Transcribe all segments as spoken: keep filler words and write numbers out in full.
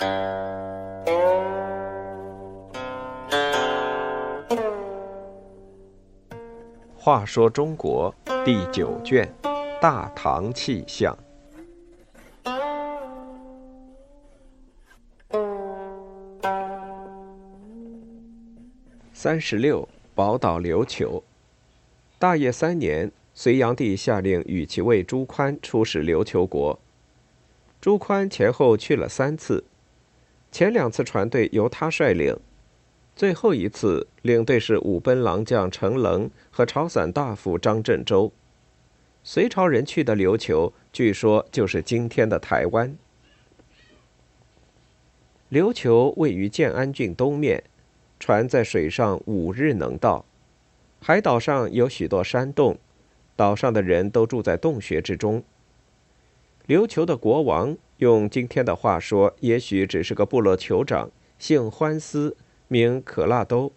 话说中国第九卷《大唐气象》三十六，宝岛琉球。大业三年，隋炀帝下令与其尉朱宽出使琉球国。朱宽前后去了三次，前两次船队由他率领，最后一次领队是武奔郎将程棱和朝散大夫张振洲。隋朝人去的琉球，据说就是今天的台湾。琉球位于建安郡东面，船在水上五日能到。海岛上有许多山洞，岛上的人都住在洞穴之中。琉球的国王，用今天的话说，也许只是个部落酋长，姓欢思，名可腊都。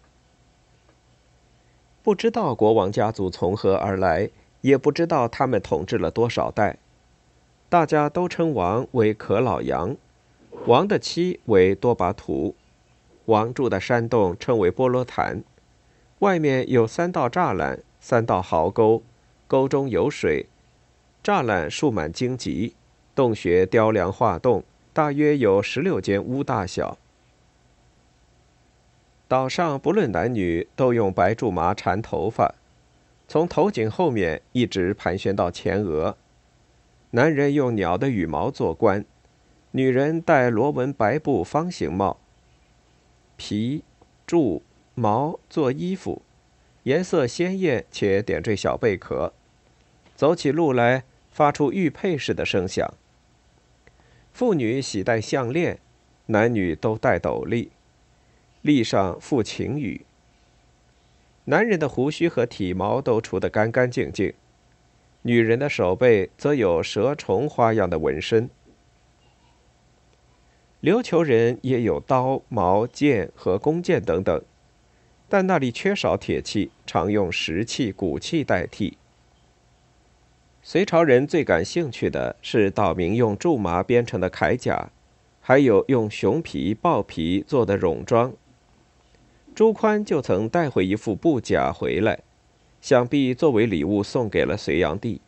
不知道国王家族从何而来，也不知道他们统治了多少代。大家都称王为可老杨，王的妻为多拔图。王住的山洞称为波罗潭，外面有三道栅栏，三道壕沟，沟中有水，栅栏竖满荆棘，洞穴雕梁画栋，大约有十六间屋大小。岛上不论男女，都用白苎麻缠头发，从头颈后面一直盘旋到前额。男人用鸟的羽毛做冠，女人戴罗纹白布方形帽，皮、苎、毛做衣服，颜色鲜艳且点缀小贝壳，走起路来发出玉佩似的声响。妇女喜戴项链，男女都戴斗笠，笠上附晴羽。男人的胡须和体毛都除得干干净净，女人的手背则有蛇虫花样的纹身。琉球人也有刀、矛、剑和弓箭等等，但那里缺少铁器，常用石器、骨器代替。隋朝人最感兴趣的是岛民用苎麻编成的铠甲，还有用熊皮、豹皮做的戎装。朱宽就曾带回一副布甲回来，想必作为礼物送给了隋炀帝。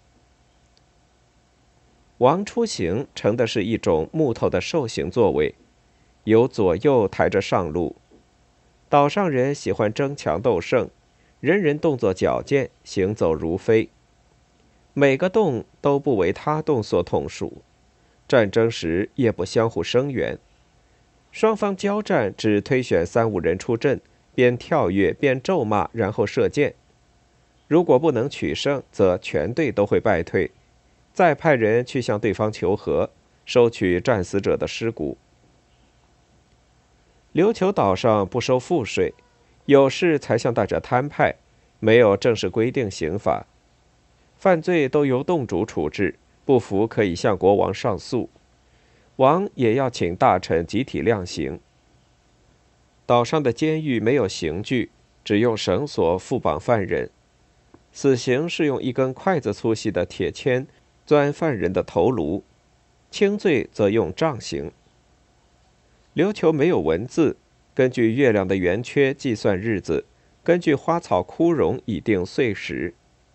王出行乘的是一种木头的兽形座位，由左右抬着上路。岛上人喜欢争强斗胜，人人动作矫健，行走如飞。每个洞都不为他洞所统属，战争时也不相互声援。双方交战只推选三五人出阵，边跳跃边咒骂，然后射箭。如果不能取胜，则全队都会败退，再派人去向对方求和，收取战死者的尸骨。琉球岛上不收赋税，有事才向大家摊派，没有正式规定刑法。犯罪都由洞主处置，不服可以向国王上诉，王也要请大臣集体量刑。岛上的监狱没有刑具，只用绳索缚绑犯人。死刑是用一根筷子粗细的铁签钻犯人的头颅，轻罪则用杖刑。琉球没有文字，根据月亮的圆缺计算日子，根据花草枯荣以定岁时。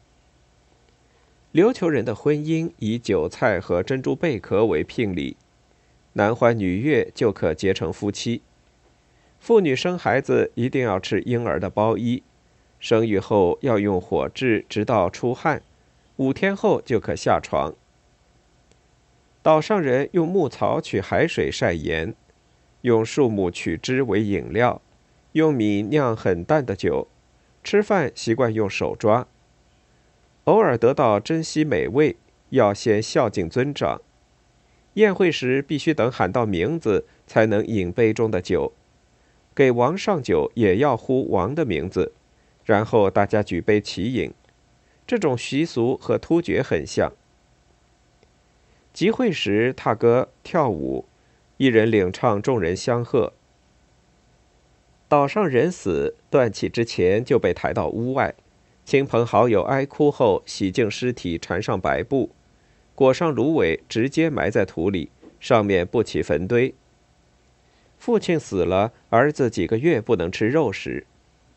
琉球人的婚姻以韭菜和珍珠贝壳为聘礼，男欢女悦就可结成夫妻。妇女生孩子一定要吃婴儿的包衣，生育后要用火炙直到出汗，五天后就可下床。岛上人用牧草取海水晒盐，用树木取汁为饮料，用米酿很淡的酒，吃饭习惯用手抓。偶尔得到珍稀美味，要先孝敬尊长。宴会时必须等喊到名字，才能饮杯中的酒。给王上酒也要呼王的名字，然后大家举杯齐饮。这种习俗和突厥很像。集会时踏歌跳舞，一人领唱，众人相和。岛上人死，断气之前就被抬到屋外，亲朋好友哀哭后，洗净尸体，缠上白布，裹上芦苇，直接埋在土里，上面不起坟堆。 父亲死了，儿子几个月不能吃肉食。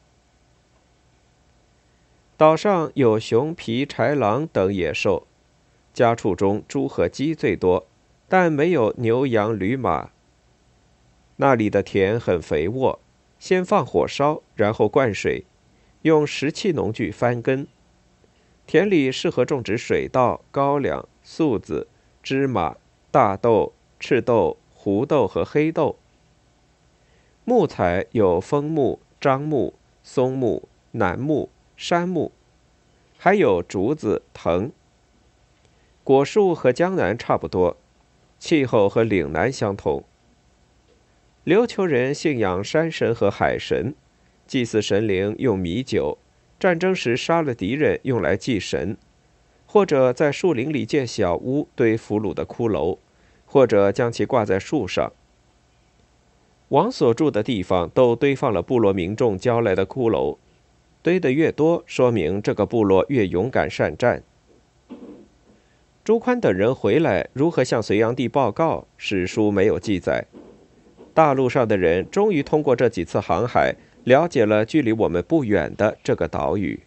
岛上有熊、皮、豺狼等野兽，家畜中猪和鸡最多，但没有牛、羊、驴、马。那里的田很肥沃，先放火烧，然后灌水，用石器农具翻耕。田里适合种植水稻、高粱、粟子、芝麻、大豆、赤豆、胡豆和黑豆。木材有枫木、樟木、松木、楠木、杉木，还有竹子、藤。果树和江南差不多，气候和岭南相同。琉球人信仰山神和海神，祭祀神灵用米酒，战争时杀了敌人用来祭神，或者在树林里建小屋堆俘虏的骷髅，或者将其挂在树上。王所住的地方都堆放了部落民众交来的骷髅，堆得越多，说明这个部落越勇敢善战。朱宽等人回来如何向隋炀帝报告，史书没有记载。大陆上的人终于通过这几次航海，了解了距离我们不远的这个岛屿。